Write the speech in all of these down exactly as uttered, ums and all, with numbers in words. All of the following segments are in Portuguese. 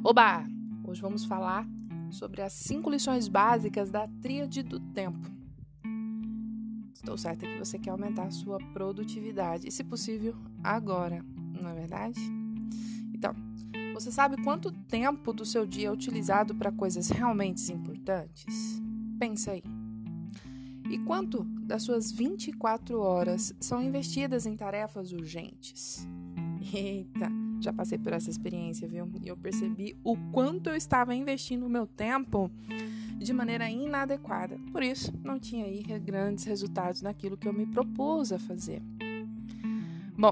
Oba! Hoje vamos falar sobre as cinco lições básicas da tríade do tempo. Estou certa que você quer aumentar a sua produtividade, e se possível, agora, não é verdade? Então, você sabe quanto tempo do seu dia é utilizado para coisas realmente importantes? Pensa aí. E quanto das suas vinte e quatro horas são investidas em tarefas urgentes? Eita, já passei por essa experiência, viu? E eu percebi o quanto eu estava investindo o meu tempo de maneira inadequada. Por isso, não tinha aí grandes resultados naquilo que eu me propus a fazer. Bom,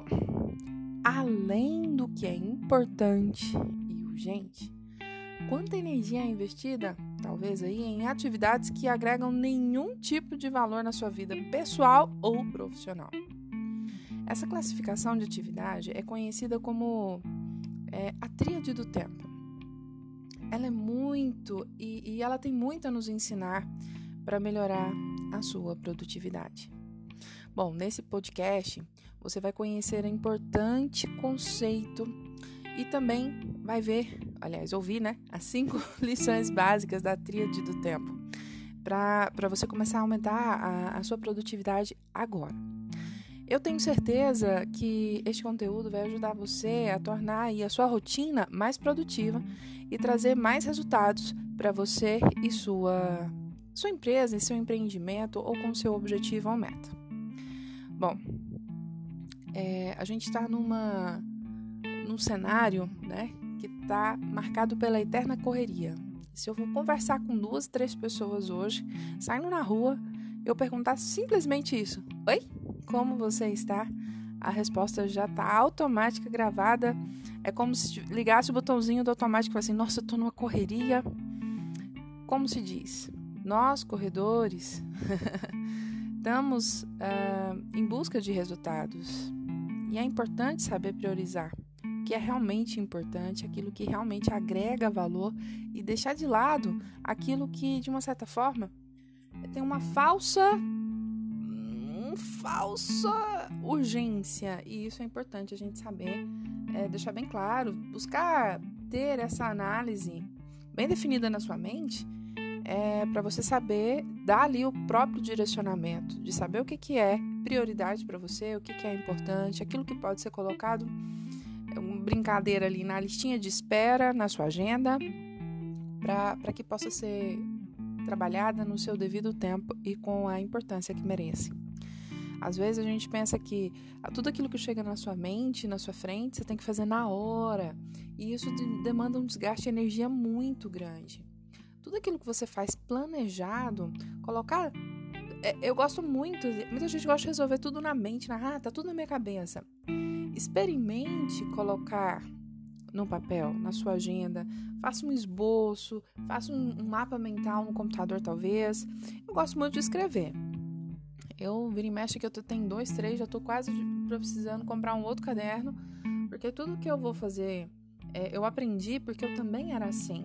além do que é importante e urgente, quanta energia é investida, talvez aí, em atividades que agregam nenhum tipo de valor na sua vida pessoal ou profissional? Essa classificação de atividade é conhecida como é, a tríade do tempo. Ela é muito e, e ela tem muito a nos ensinar para melhorar a sua produtividade. Bom, nesse podcast você vai conhecer o importante conceito e também vai ver, aliás, ouvir, né, as cinco lições básicas da tríade do tempo para para você começar a aumentar a, a sua produtividade agora. Eu tenho certeza que este conteúdo vai ajudar você a tornar aí a sua rotina mais produtiva e trazer mais resultados para você e sua, sua empresa e seu empreendimento ou com seu objetivo ou meta. Bom, é, a gente está numa num cenário, né, que está marcado pela eterna correria. Se eu for conversar com duas, três pessoas hoje, saindo na rua, eu perguntar simplesmente isso: oi? Como você está? A resposta já está automática, gravada. É como se ligasse o botãozinho do automático e falasse assim: nossa, eu estou numa correria. Como se diz? Nós, corredores, estamos uh, em busca de resultados. E é importante saber priorizar o que é realmente importante, aquilo que realmente agrega valor e deixar de lado aquilo que, de uma certa forma, tem uma falsa... falsa urgência, e isso é importante a gente saber, é, deixar bem claro, buscar ter essa análise bem definida na sua mente, é, para você saber dar ali o próprio direcionamento, de saber o que, que é prioridade para você, o que, que é importante, aquilo que pode ser colocado, uma brincadeira ali na listinha de espera, na sua agenda, para que possa ser trabalhada no seu devido tempo e com a importância que merece. Às vezes a gente pensa que tudo aquilo que chega na sua mente, na sua frente, você tem que fazer na hora. E isso demanda um desgaste de energia muito grande. Tudo aquilo que você faz planejado, colocar... Eu gosto muito, muita gente gosta de resolver tudo na mente, na, ah, tá tudo na minha cabeça. Experimente colocar no papel, na sua agenda, faça um esboço, faça um, um mapa mental no computador talvez. Eu gosto muito de escrever. Eu vira e mexe que eu tenho dois, três, já tô quase precisando comprar um outro caderno, porque tudo que eu vou fazer, é, eu aprendi porque eu também era assim.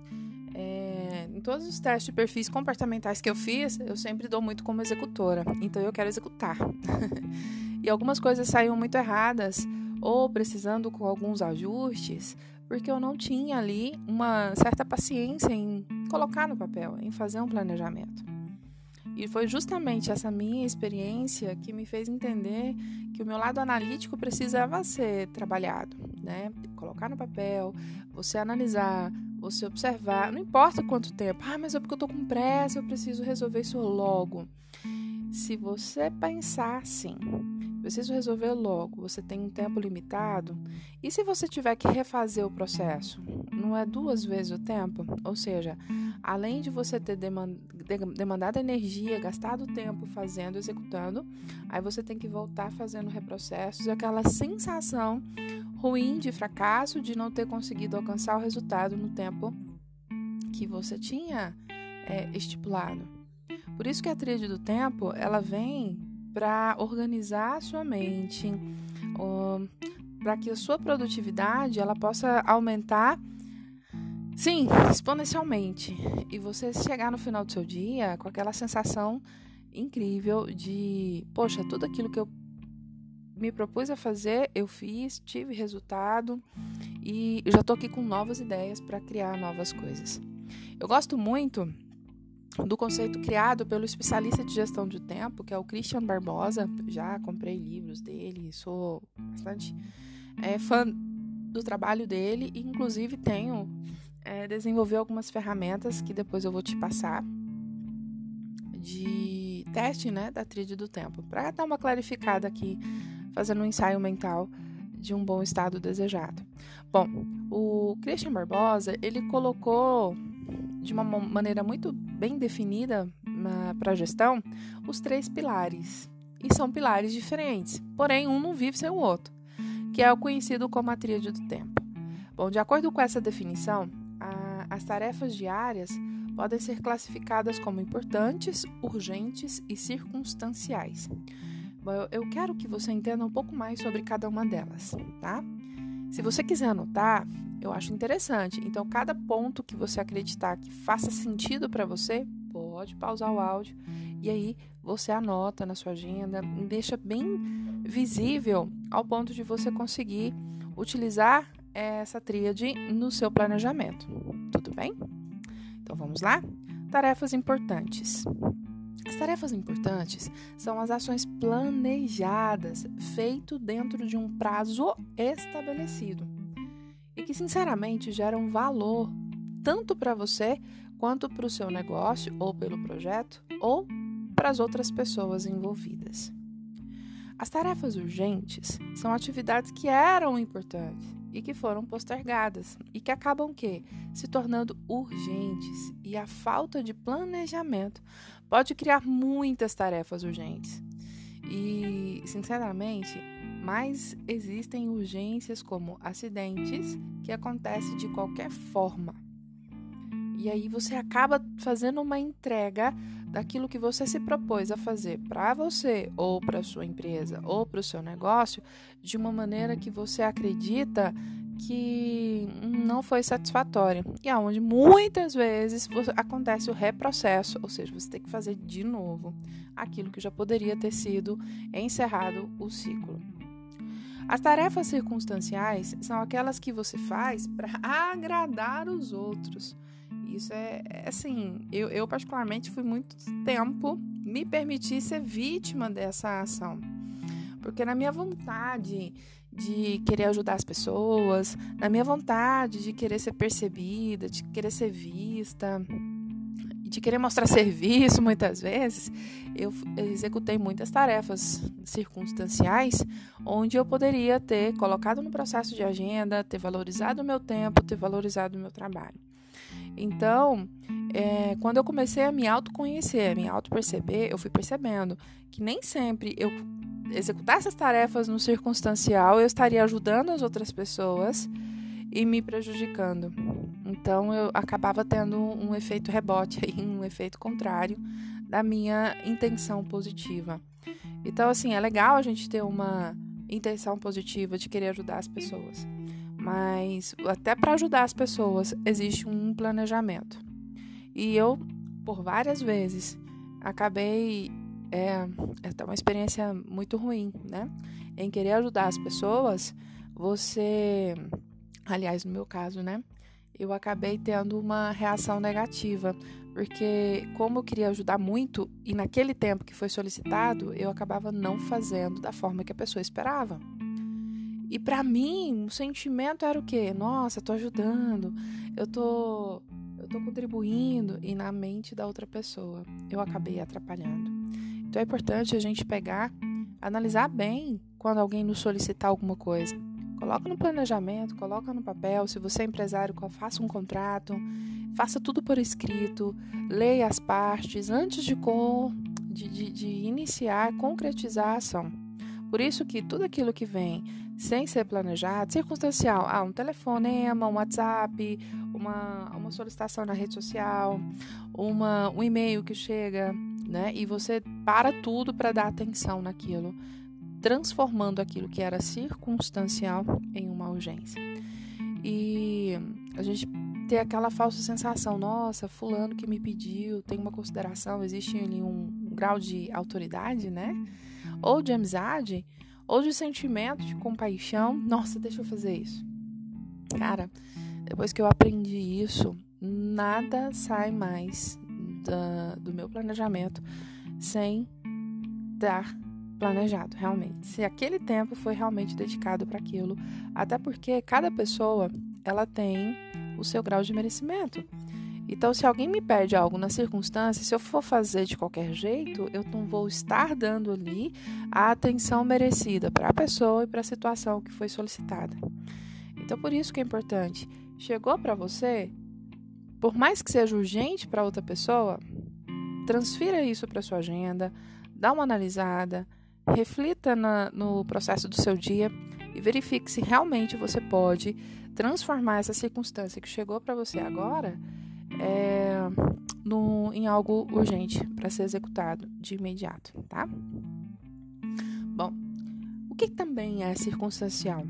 É, em todos os testes de perfis comportamentais que eu fiz, eu sempre dou muito como executora, então eu quero executar. E algumas coisas saíam muito erradas, ou precisando com alguns ajustes, porque eu não tinha ali uma certa paciência em colocar no papel, em fazer um planejamento. E foi justamente essa minha experiência que me fez entender que o meu lado analítico precisava ser trabalhado, né? Colocar no papel, você analisar, você observar, não importa quanto tempo. Ah, mas é porque eu tô com pressa, eu preciso resolver isso logo. Se você pensar assim, preciso resolver logo, você tem um tempo limitado, e se você tiver que refazer o processo, não é duas vezes o tempo? Ou seja, além de você ter demandado energia, gastado tempo fazendo, executando, aí você tem que voltar fazendo reprocessos, e aquela sensação ruim de fracasso, de não ter conseguido alcançar o resultado no tempo que você tinha é, estipulado. Por isso que a tríade do tempo, ela vem para organizar a sua mente, para que a sua produtividade ela possa aumentar, sim, exponencialmente. E você chegar no final do seu dia com aquela sensação incrível de, poxa, tudo aquilo que eu me propus a fazer, eu fiz, tive resultado e já tô aqui com novas ideias para criar novas coisas. Eu gosto muito do conceito criado pelo especialista de gestão de tempo, que é o Christian Barbosa. Já comprei livros dele, sou bastante é, fã do trabalho dele, e inclusive tenho é, desenvolvido algumas ferramentas que depois eu vou te passar de teste, né, da tríade do tempo, para dar uma clarificada aqui, fazendo um ensaio mental de um bom estado desejado. Bom, o Christian Barbosa, ele colocou de uma maneira muito bem definida para a gestão os três pilares, e são pilares diferentes, porém um não vive sem o outro, que é o conhecido como a tríade do tempo. Bom, de acordo com essa definição, a, as tarefas diárias podem ser classificadas como importantes, urgentes e circunstanciais. Bom, eu, eu quero que você entenda um pouco mais sobre cada uma delas, tá? Se você quiser anotar, eu acho interessante. Então, cada ponto que você acreditar que faça sentido para você, pode pausar o áudio e aí você anota na sua agenda e deixa bem visível ao ponto de você conseguir utilizar essa tríade no seu planejamento. Tudo bem? Então, vamos lá? Tarefas importantes. As tarefas importantes são as ações planejadas, feito dentro de um prazo estabelecido e que, sinceramente, geram valor tanto para você quanto para o seu negócio ou pelo projeto ou para as outras pessoas envolvidas. As tarefas urgentes são atividades que eram importantes e que foram postergadas e que acabam que se tornando urgentes, e a falta de planejamento pode criar muitas tarefas urgentes. E, sinceramente, mais existem urgências como acidentes que acontecem de qualquer forma. E aí você acaba fazendo uma entrega daquilo que você se propôs a fazer para você, ou para a sua empresa, ou para o seu negócio, de uma maneira que você acredita que não foi satisfatória. E aonde muitas vezes acontece o reprocesso, ou seja, você tem que fazer de novo aquilo que já poderia ter sido encerrado o ciclo. As tarefas circunstanciais são aquelas que você faz para agradar os outros. Isso é, é assim, eu, eu particularmente fui muito tempo me permitir ser vítima dessa ação. Porque na minha vontade de querer ajudar as pessoas, na minha vontade de querer ser percebida, de querer ser vista, de querer mostrar serviço muitas vezes, eu executei muitas tarefas circunstanciais onde eu poderia ter colocado no processo de agenda, ter valorizado o meu tempo, ter valorizado o meu trabalho. Então, é, quando eu comecei a me autoconhecer, a me autoperceber, eu fui percebendo que nem sempre eu executar essas tarefas no circunstancial, eu estaria ajudando as outras pessoas e me prejudicando. Então, eu acabava tendo um efeito rebote, aí, um efeito contrário da minha intenção positiva. Então, assim, é legal a gente ter uma intenção positiva de querer ajudar as pessoas. Mas até para ajudar as pessoas existe um planejamento. E eu, por várias vezes, acabei... É, é uma experiência muito ruim, né? Em querer ajudar as pessoas, você... Aliás, no meu caso, né? Eu acabei tendo uma reação negativa. Porque como eu queria ajudar muito, e naquele tempo que foi solicitado, eu acabava não fazendo da forma que a pessoa esperava. E para mim, o sentimento era o quê? Nossa, tô ajudando, eu tô, eu tô contribuindo. E na mente da outra pessoa, eu acabei atrapalhando. Então é importante a gente pegar, analisar bem quando alguém nos solicitar alguma coisa. Coloca no planejamento, coloca no papel. Se você é empresário, faça um contrato, faça tudo por escrito, leia as partes antes de, com, de, de, de iniciar, concretizar a ação. Por isso que tudo aquilo que vem sem ser planejado, circunstancial, ah, um telefonema, um WhatsApp, uma, uma solicitação na rede social, uma, um e-mail que chega, né? E você para tudo para dar atenção naquilo, transformando aquilo que era circunstancial em uma urgência. E a gente ter aquela falsa sensação, nossa, fulano que me pediu, tem uma consideração, existe ali um, um grau de autoridade, né? Ou de amizade, ou de sentimento, de compaixão. Nossa, deixa eu fazer isso. Cara, depois que eu aprendi isso, nada sai mais da, do meu planejamento sem estar planejado, realmente. Se aquele tempo foi realmente dedicado para aquilo, até porque cada pessoa, ela tem o seu grau de merecimento. Então, se alguém me pede algo na circunstância, se eu for fazer de qualquer jeito, eu não vou estar dando ali a atenção merecida para a pessoa e para a situação que foi solicitada. Então, por isso que é importante. Chegou para você, por mais que seja urgente para outra pessoa, transfira isso para sua agenda, dá uma analisada, reflita na, no processo do seu dia e verifique se realmente você pode transformar essa circunstância que chegou para você agora é, no, em algo urgente para ser executado de imediato, tá? Bom, o que também é circunstancial?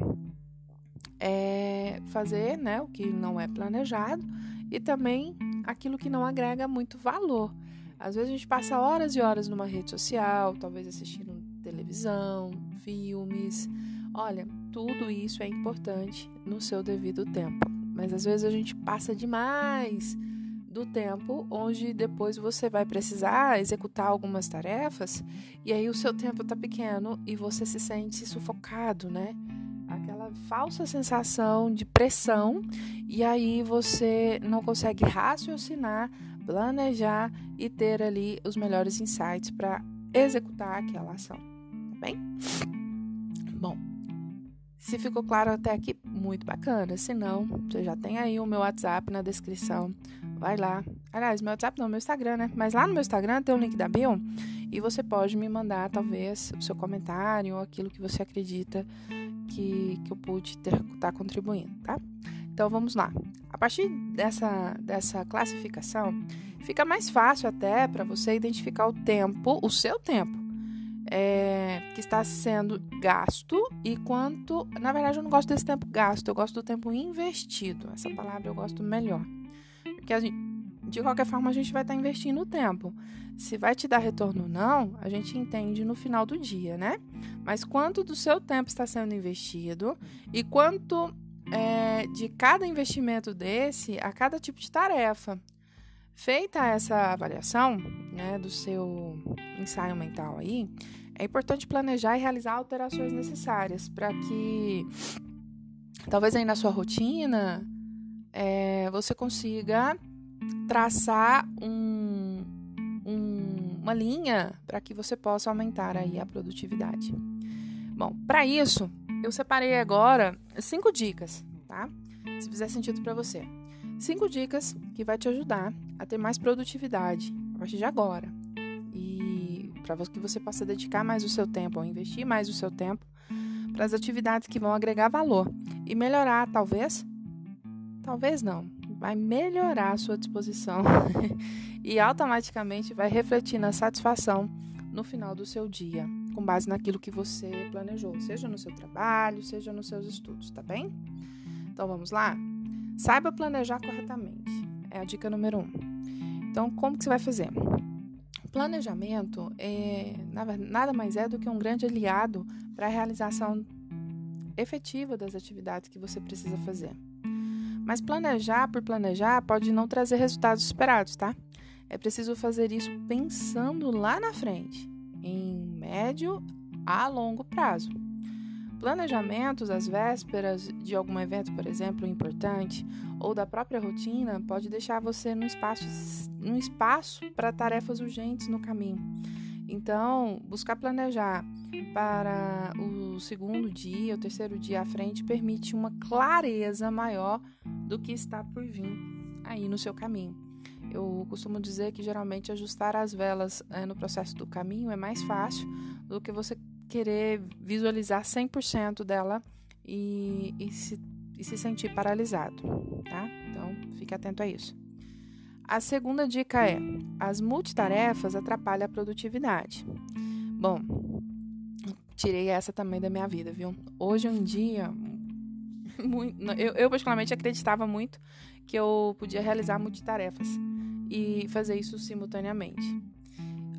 É fazer, né, o que não é planejado e também aquilo que não agrega muito valor. Às vezes a gente passa horas e horas numa rede social, talvez assistindo televisão, filmes. Olha, tudo isso é importante no seu devido tempo. Mas às vezes a gente passa demais do tempo onde depois você vai precisar executar algumas tarefas e aí o seu tempo está pequeno e você se sente sufocado, né? Aquela falsa sensação de pressão e aí você não consegue raciocinar, planejar e ter ali os melhores insights para executar aquela ação, tá bem? Bom, se ficou claro até aqui, muito bacana. Se não, você já tem aí o meu WhatsApp na descrição. Vai lá. Aliás, meu WhatsApp não, meu Instagram, né? Mas lá no meu Instagram tem o link da bio e você pode me mandar, talvez, o seu comentário ou aquilo que você acredita que, que eu pude estar tá contribuindo, tá? Então, vamos lá. A partir dessa, dessa classificação, fica mais fácil até para você identificar o tempo, o seu tempo, é, que está sendo gasto e quanto... Na verdade, eu não gosto desse tempo gasto, eu gosto do tempo investido. Essa palavra eu gosto melhor. Porque, a gente, de qualquer forma, a gente vai estar tá investindo o tempo. Se vai te dar retorno ou não, a gente entende no final do dia, né? Mas quanto do seu tempo está sendo investido e quanto... É, de cada investimento desse a cada tipo de tarefa. Feita essa avaliação, né, do seu ensaio mental aí, é importante planejar e realizar alterações necessárias para que talvez aí na sua rotina é, você consiga traçar um, um, uma linha para que você possa aumentar aí a produtividade. Bom, para isso eu separei agora cinco dicas, tá? Se fizer sentido para você. Cinco dicas que vai te ajudar a ter mais produtividade a partir de agora. E para que você possa dedicar mais o seu tempo, ou investir mais o seu tempo para as atividades que vão agregar valor e melhorar, talvez, talvez não, vai melhorar a sua disposição e automaticamente vai refletir na satisfação no final do seu dia, com base naquilo que você planejou, seja no seu trabalho, seja nos seus estudos, tá bem? Então, vamos lá? Saiba planejar corretamente, é a dica número um. Então, como que você vai fazer? Planejamento é, nada mais é do que um grande aliado para a realização efetiva das atividades que você precisa fazer. Mas planejar por planejar pode não trazer resultados esperados, tá? É preciso fazer isso pensando lá na frente, em médio a longo prazo. Planejamentos às vésperas de algum evento, por exemplo, importante, ou da própria rotina, pode deixar você num espaço, num espaço para tarefas urgentes no caminho. Então, buscar planejar para o segundo dia, o terceiro dia à frente, permite uma clareza maior do que está por vir aí no seu caminho. Eu costumo dizer que geralmente ajustar as velas é, no processo do caminho é mais fácil do que você querer visualizar cem por cento dela e, e, se, e se sentir paralisado, tá? Então, fique atento a isso. A segunda dica é: as multitarefas atrapalham a produtividade. Bom, tirei essa também da minha vida, viu? Hoje em dia, muito, eu, eu particularmente acreditava muito que eu podia realizar multitarefas e fazer isso simultaneamente.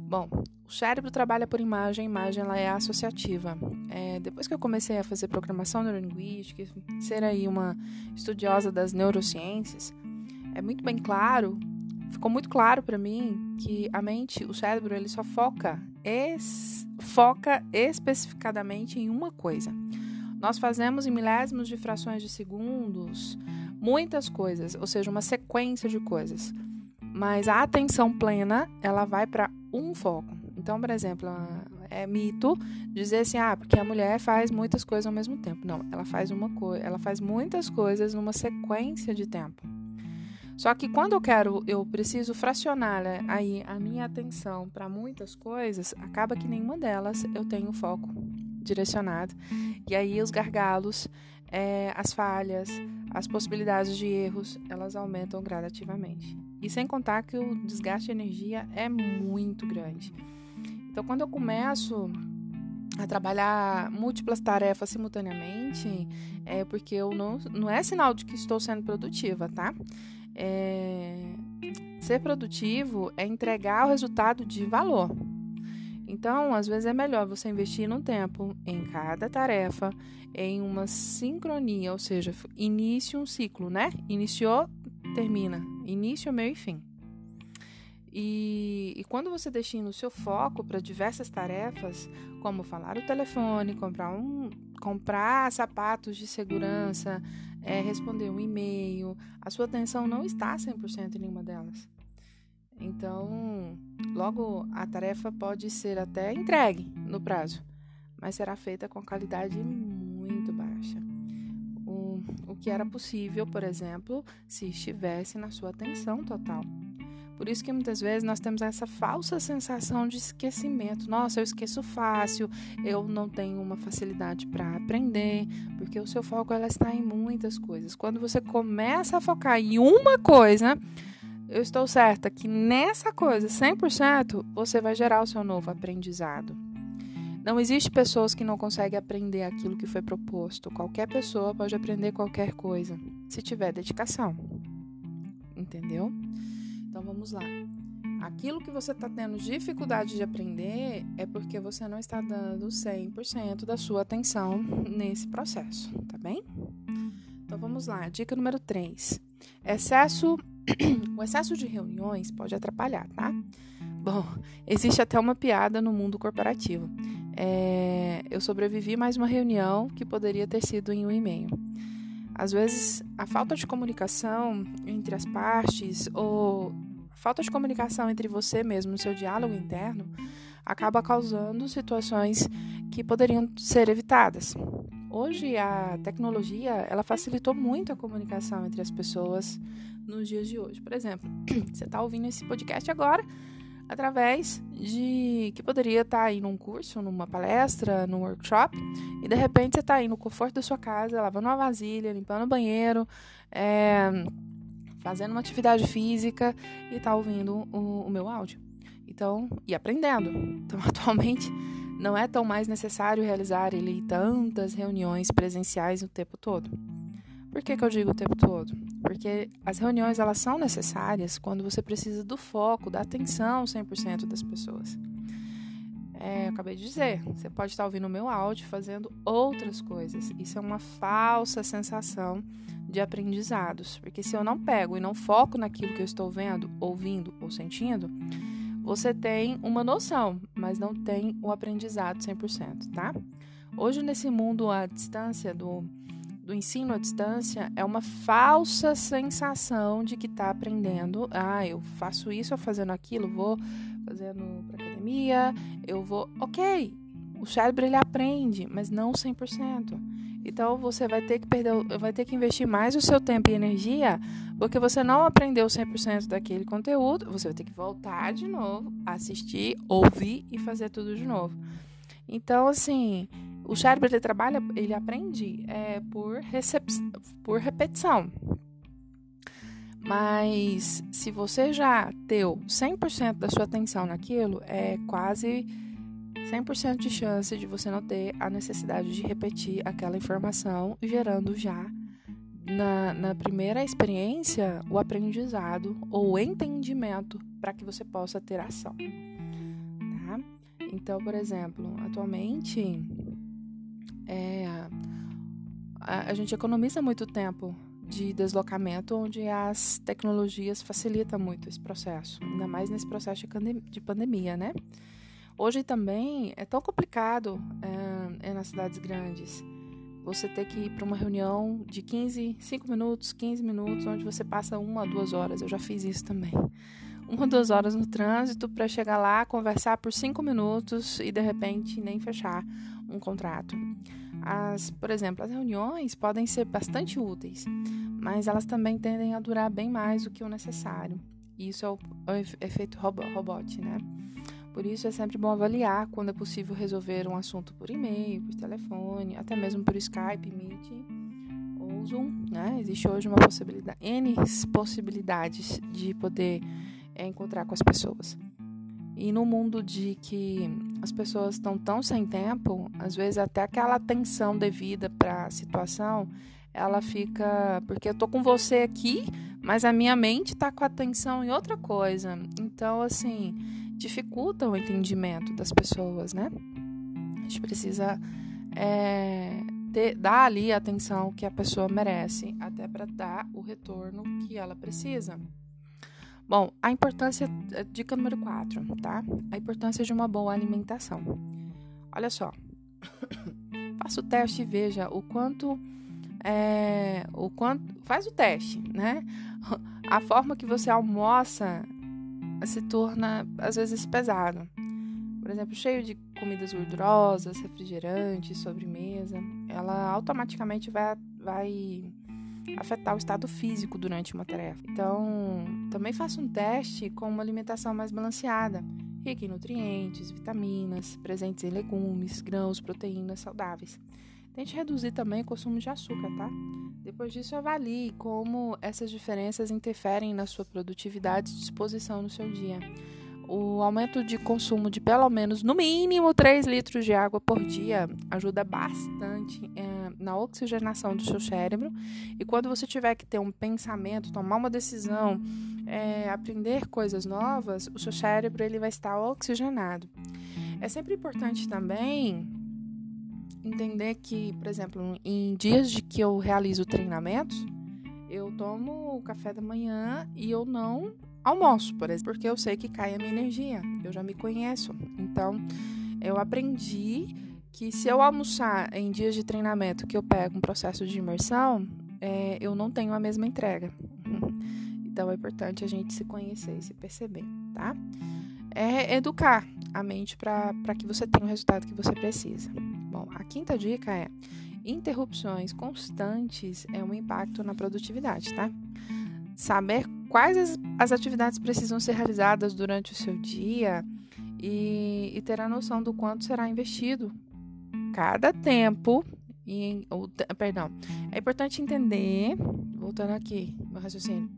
Bom, o cérebro trabalha por imagem, a imagem ela é associativa. É, depois que eu comecei a fazer programação neurolinguística, ser aí uma estudiosa das neurociências, é muito bem claro, ficou muito claro para mim que a mente, o cérebro, ele só foca, es, foca especificadamente em uma coisa. Nós fazemos em milésimos de frações de segundos muitas coisas, ou seja, uma sequência de coisas. Mas a atenção plena, ela vai para um foco. Então, por exemplo, é mito dizer assim, ah, porque a mulher faz muitas coisas ao mesmo tempo. Não, ela faz uma coisa, ela faz muitas coisas numa sequência de tempo. Só que quando eu quero, eu preciso fracionar, né, aí a minha atenção para muitas coisas, acaba que nenhuma delas eu tenho foco direcionado. E aí os gargalos, é, as falhas, as possibilidades de erros, elas aumentam gradativamente. E sem contar que o desgaste de energia é muito grande. Então, quando eu começo a trabalhar múltiplas tarefas simultaneamente, é porque eu não, não é sinal de que estou sendo produtiva, tá? É, ser produtivo é entregar o resultado de valor. Então, às vezes é melhor você investir no tempo em cada tarefa, em uma sincronia, ou seja, inicia um ciclo, né? Iniciou, termina. Início, meio e fim. E, e quando você destina o seu foco para diversas tarefas, como falar o telefone, comprar, um, comprar sapatos de segurança, é, responder um e-mail, a sua atenção não está cem por cento em nenhuma delas. Então, logo a tarefa pode ser até entregue no prazo, mas será feita com qualidade muito baixa. O, o que era possível, por exemplo, se estivesse na sua atenção total. Por isso que muitas vezes nós temos essa falsa sensação de esquecimento. Nossa, eu esqueço fácil, eu não tenho uma facilidade para aprender, porque o seu foco ela está em muitas coisas. Quando você começa a focar em uma coisa, eu estou certa que nessa coisa, cem por cento, você vai gerar o seu novo aprendizado. Não existe pessoas que não conseguem aprender aquilo que foi proposto. Qualquer pessoa pode aprender qualquer coisa, se tiver dedicação. Entendeu? Então, vamos lá. Aquilo que você está tendo dificuldade de aprender é porque você não está dando cem por cento da sua atenção nesse processo, tá bem? Então, vamos lá. Dica número três. Excesso... O excesso de reuniões pode atrapalhar, tá? Bom, existe até uma piada no mundo corporativo. É, eu sobrevivi mais uma reunião que poderia ter sido em um e-mail. Às vezes, a falta de comunicação entre as partes ou a falta de comunicação entre você mesmo no seu diálogo interno acaba causando situações que poderiam ser evitadas. Hoje, a tecnologia ela facilitou muito a comunicação entre as pessoas nos dias de hoje. Por exemplo, você está ouvindo esse podcast agora através de que poderia estar aí num curso, numa palestra, num workshop, e de repente você está aí no conforto da sua casa, lavando uma vasilha, limpando o banheiro, é, fazendo uma atividade física e está ouvindo o, o meu áudio. Então, e aprendendo. Então, atualmente, não é tão mais necessário realizar ele, tantas reuniões presenciais o tempo todo. Por que que eu digo o tempo todo? Porque as reuniões elas são necessárias quando você precisa do foco, da atenção cem por cento das pessoas. É, eu acabei de dizer, você pode estar ouvindo o meu áudio fazendo outras coisas. Isso é uma falsa sensação de aprendizados. Porque se eu não pego e não foco naquilo que eu estou vendo, ouvindo ou sentindo, você tem uma noção, mas não tem o aprendizado cem por cento, tá? Hoje, nesse mundo à distância, do, do ensino à distância, é uma falsa sensação de que está aprendendo. Ah, eu faço isso, eu fazendo aquilo, vou fazendo para academia, eu vou... Ok, o cérebro ele aprende, mas não cem por cento. Então, você vai ter que perder, vai ter que investir mais o seu tempo e energia, porque você não aprendeu cem por cento daquele conteúdo, você vai ter que voltar de novo, assistir, ouvir e fazer tudo de novo. Então, assim, o cérebro ele trabalha, ele aprende é, por, recep... por repetição. Mas, se você já deu cem por cento da sua atenção naquilo, é quase... cem por cento de chance de você não ter a necessidade de repetir aquela informação, gerando já na, na primeira experiência o aprendizado ou o entendimento para que você possa ter ação. Então, por exemplo, atualmente é, a, a gente economiza muito tempo de deslocamento, onde as tecnologias facilitam muito esse processo, ainda mais nesse processo de pandemia, né? Hoje também é tão complicado é, é nas cidades grandes você ter que ir para uma reunião de quinze, cinco minutos, quinze minutos, onde você passa uma, duas horas. Eu já fiz isso também. Uma, duas horas no trânsito para chegar lá, conversar por cinco minutos e, de repente, nem fechar um contrato. As, por exemplo, as reuniões podem ser bastante úteis, mas elas também tendem a durar bem mais do que o necessário. Isso é o, o efeito robot, né? Por isso é sempre bom avaliar quando é possível resolver um assunto por e-mail, por telefone, até mesmo por Skype, Meet ou Zoom, né? Existe hoje uma possibilidade, N possibilidades de poder é, encontrar com as pessoas. E no mundo de que as pessoas estão tão sem tempo, às vezes até aquela atenção devida para a situação, ela fica... Porque eu tô com você aqui, mas a minha mente tá com a atenção em outra coisa. Então, assim, dificulta o entendimento das pessoas, né? A gente precisa é, ter, dar ali a atenção que a pessoa merece, até para dar o retorno que ela precisa. Bom, a importância, dica número quatro, tá? A importância de uma boa alimentação. Olha só, faça o teste e veja o quanto, é, o quanto, faz o teste, né? A forma que você almoça se torna, às vezes, pesado. Por exemplo, cheio de comidas gordurosas, refrigerantes, sobremesa, ela automaticamente vai, vai afetar o estado físico durante uma tarefa. Então, também faça um teste com uma alimentação mais balanceada, rica em nutrientes, vitaminas, presentes em legumes, grãos, proteínas saudáveis. Tente reduzir também o consumo de açúcar, tá? Depois disso, avalie como essas diferenças interferem na sua produtividade e disposição no seu dia. O aumento de consumo de pelo menos, no mínimo, três litros de água por dia ajuda bastante é, na oxigenação do seu cérebro. E quando você tiver que ter um pensamento, tomar uma decisão, é, aprender coisas novas, o seu cérebro ele vai estar oxigenado. É sempre importante também entender que, por exemplo, em dias de que eu realizo treinamentos, eu tomo o café da manhã e eu não almoço, por exemplo, porque eu sei que cai a minha energia, eu já me conheço. Então, eu aprendi que se eu almoçar em dias de treinamento que eu pego um processo de imersão, é, eu não tenho a mesma entrega. Então, é importante a gente se conhecer e se perceber, tá? É educar a mente para que você tenha o resultado que você precisa. Bom, a quinta dica é: interrupções constantes é um impacto na produtividade, tá? Saber quais as, as atividades precisam ser realizadas durante o seu dia e, e ter a noção do quanto será investido cada tempo. Em, ou, perdão, é importante entender, voltando aqui, meu raciocínio,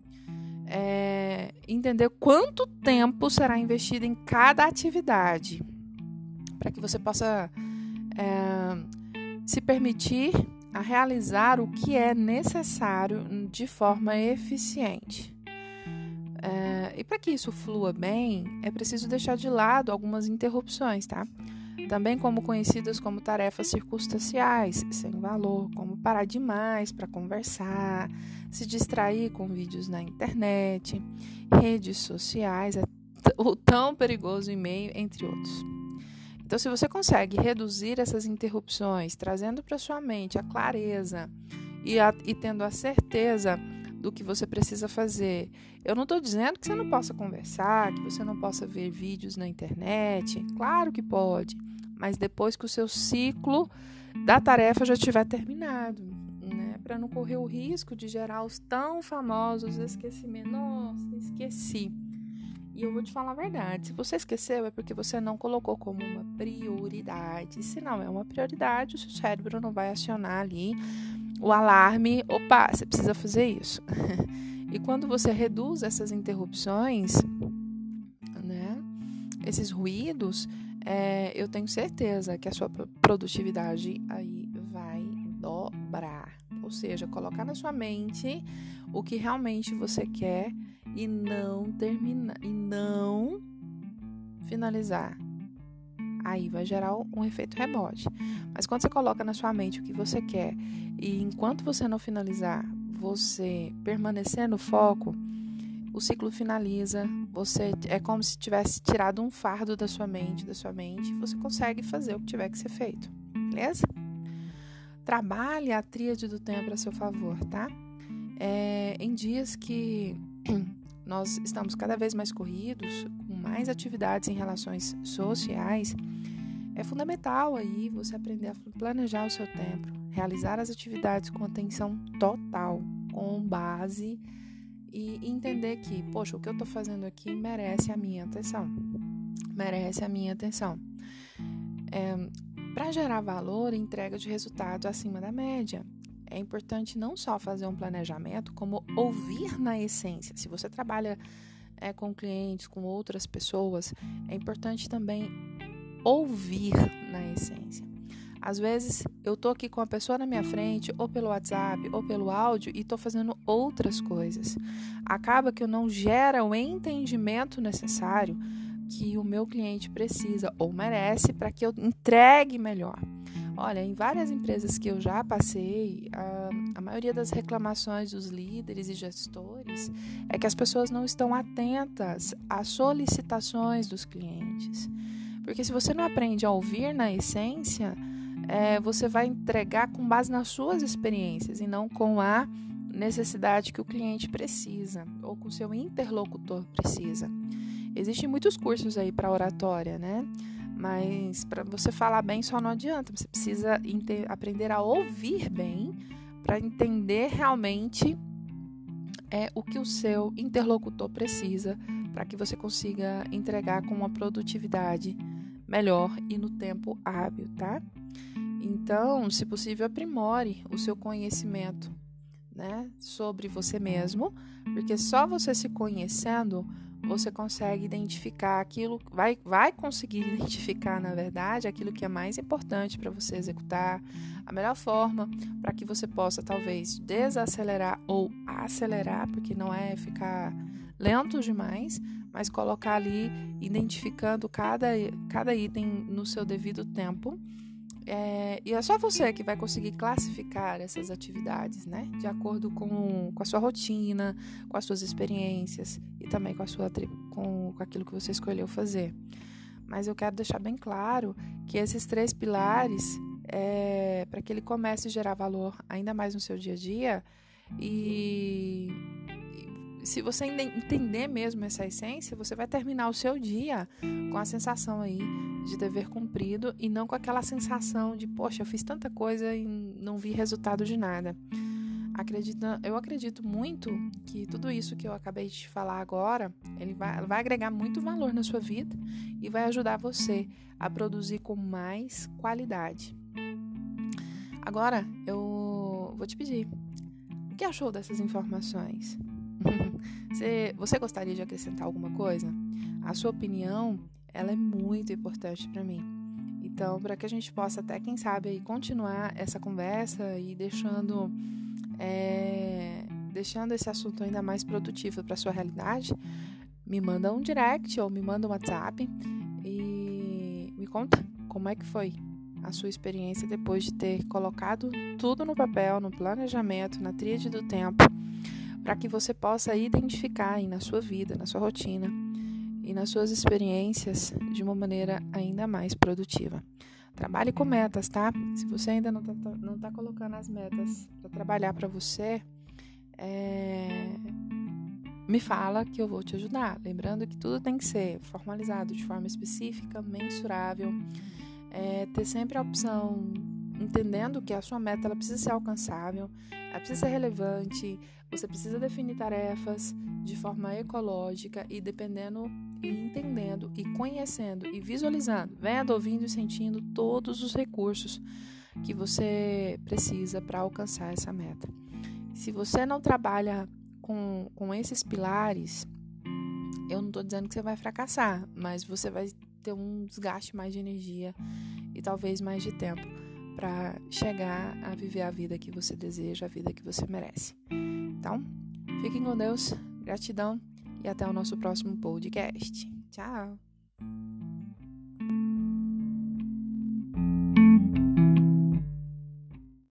é, entender quanto tempo será investido em cada atividade, para que você possa é, se permitir a realizar o que é necessário de forma eficiente. É, e para que isso flua bem, é preciso deixar de lado algumas interrupções, tá? Também como conhecidas como tarefas circunstanciais, sem valor, como parar demais para conversar, se distrair com vídeos na internet, redes sociais, o tão perigoso e-mail, entre outros. Então, se você consegue reduzir essas interrupções, trazendo para sua mente a clareza e, a, e tendo a certeza do que você precisa fazer. Eu não estou dizendo que você não possa conversar, que você não possa ver vídeos na internet. Claro que pode, mas depois que o seu ciclo da tarefa já tiver terminado, né? Para não correr o risco de gerar os tão famosos esquecimentos. Nossa, esqueci. E eu vou te falar a verdade, se você esqueceu é porque você não colocou como uma prioridade. Se não é uma prioridade, o seu cérebro não vai acionar ali o alarme, opa, você precisa fazer isso. E quando você reduz essas interrupções, né, esses ruídos, é, eu tenho certeza que a sua produtividade aí vai dobrar. Ou seja, colocar na sua mente o que realmente você quer e não terminar, e não finalizar aí vai gerar um efeito rebote. Mas quando você coloca na sua mente o que você quer e enquanto você não finalizar, você permanecer no foco, o ciclo finaliza, você é como se tivesse tirado um fardo da sua mente, da sua mente, e você consegue fazer o que tiver que ser feito, beleza? Trabalhe a tríade do tempo a seu favor, tá? É, em dias que nós estamos cada vez mais corridos, com mais atividades em relações sociais, é fundamental aí você aprender a planejar o seu tempo, realizar as atividades com atenção total, com base e entender que, poxa, o que eu estou fazendo aqui merece a minha atenção, merece a minha atenção. É, para gerar valor e entrega de resultados acima da média, é importante não só fazer um planejamento, como ouvir na essência. Se você trabalha é, com clientes, com outras pessoas, é importante também ouvir na essência. Às vezes, eu tô aqui com a pessoa na minha frente, ou pelo WhatsApp, ou pelo áudio, e tô fazendo outras coisas. Acaba que eu não gero o entendimento necessário que o meu cliente precisa ou merece para que eu entregue melhor. Olha, em várias empresas que eu já passei, a, a maioria das reclamações dos líderes e gestores é que as pessoas não estão atentas às solicitações dos clientes. Porque se você não aprende a ouvir na essência, é, você vai entregar com base nas suas experiências e não com a necessidade que o cliente precisa ou que o seu interlocutor precisa. Existem muitos cursos aí para oratória, né? Mas para você falar bem só não adianta. Você precisa ente- aprender a ouvir bem para entender realmente é, o que o seu interlocutor precisa para que você consiga entregar com uma produtividade melhor e no tempo hábil, tá? Então, se possível, aprimore o seu conhecimento, né, sobre você mesmo, porque só você se conhecendo, você consegue identificar aquilo, vai, vai conseguir identificar, na verdade, aquilo que é mais importante para você executar, a melhor forma para que você possa, talvez, desacelerar ou acelerar, porque não é ficar lento demais, mas colocar ali, identificando cada, cada item no seu devido tempo. É, e é só você que vai conseguir classificar essas atividades, né? De acordo com, com a sua rotina, com as suas experiências e também com, a sua, com, com aquilo que você escolheu fazer. Mas eu quero deixar bem claro que esses três pilares, é, para que ele comece a gerar valor ainda mais no seu dia a dia, e, e se você entender mesmo essa essência, você vai terminar o seu dia com a sensação aí de dever cumprido e não com aquela sensação de, poxa, eu fiz tanta coisa e não vi resultado de nada. Acredita, eu acredito muito que tudo isso que eu acabei de te falar agora, ele vai, vai agregar muito valor na sua vida e vai ajudar você a produzir com mais qualidade. Agora, eu vou te pedir, o que achou dessas informações? você, você gostaria de acrescentar alguma coisa? A sua opinião, ela é muito importante para mim. Então, para que a gente possa até, quem sabe, aí, continuar essa conversa e deixando, é, deixando esse assunto ainda mais produtivo para a sua realidade, me manda um direct ou me manda um WhatsApp e me conta como é que foi a sua experiência depois de ter colocado tudo no papel, no planejamento, na tríade do tempo, para que você possa identificar aí na sua vida, na sua rotina, e nas suas experiências de uma maneira ainda mais produtiva. Trabalhe com metas, tá? Se você ainda não tá, não tá colocando as metas para trabalhar para você, é... me fala que eu vou te ajudar. Lembrando que tudo tem que ser formalizado de forma específica, mensurável, é... ter sempre a opção, entendendo que a sua meta ela precisa ser alcançável, ela precisa ser relevante, você precisa definir tarefas de forma ecológica e dependendo e entendendo e conhecendo e visualizando, vendo, ouvindo e sentindo todos os recursos que você precisa para alcançar essa meta. Se você não trabalha com, com esses pilares, eu não estou dizendo que você vai fracassar, mas você vai ter um desgaste mais de energia e talvez mais de tempo para chegar a viver a vida que você deseja, a vida que você merece. Então, fiquem com Deus, gratidão e até o nosso próximo podcast. Tchau!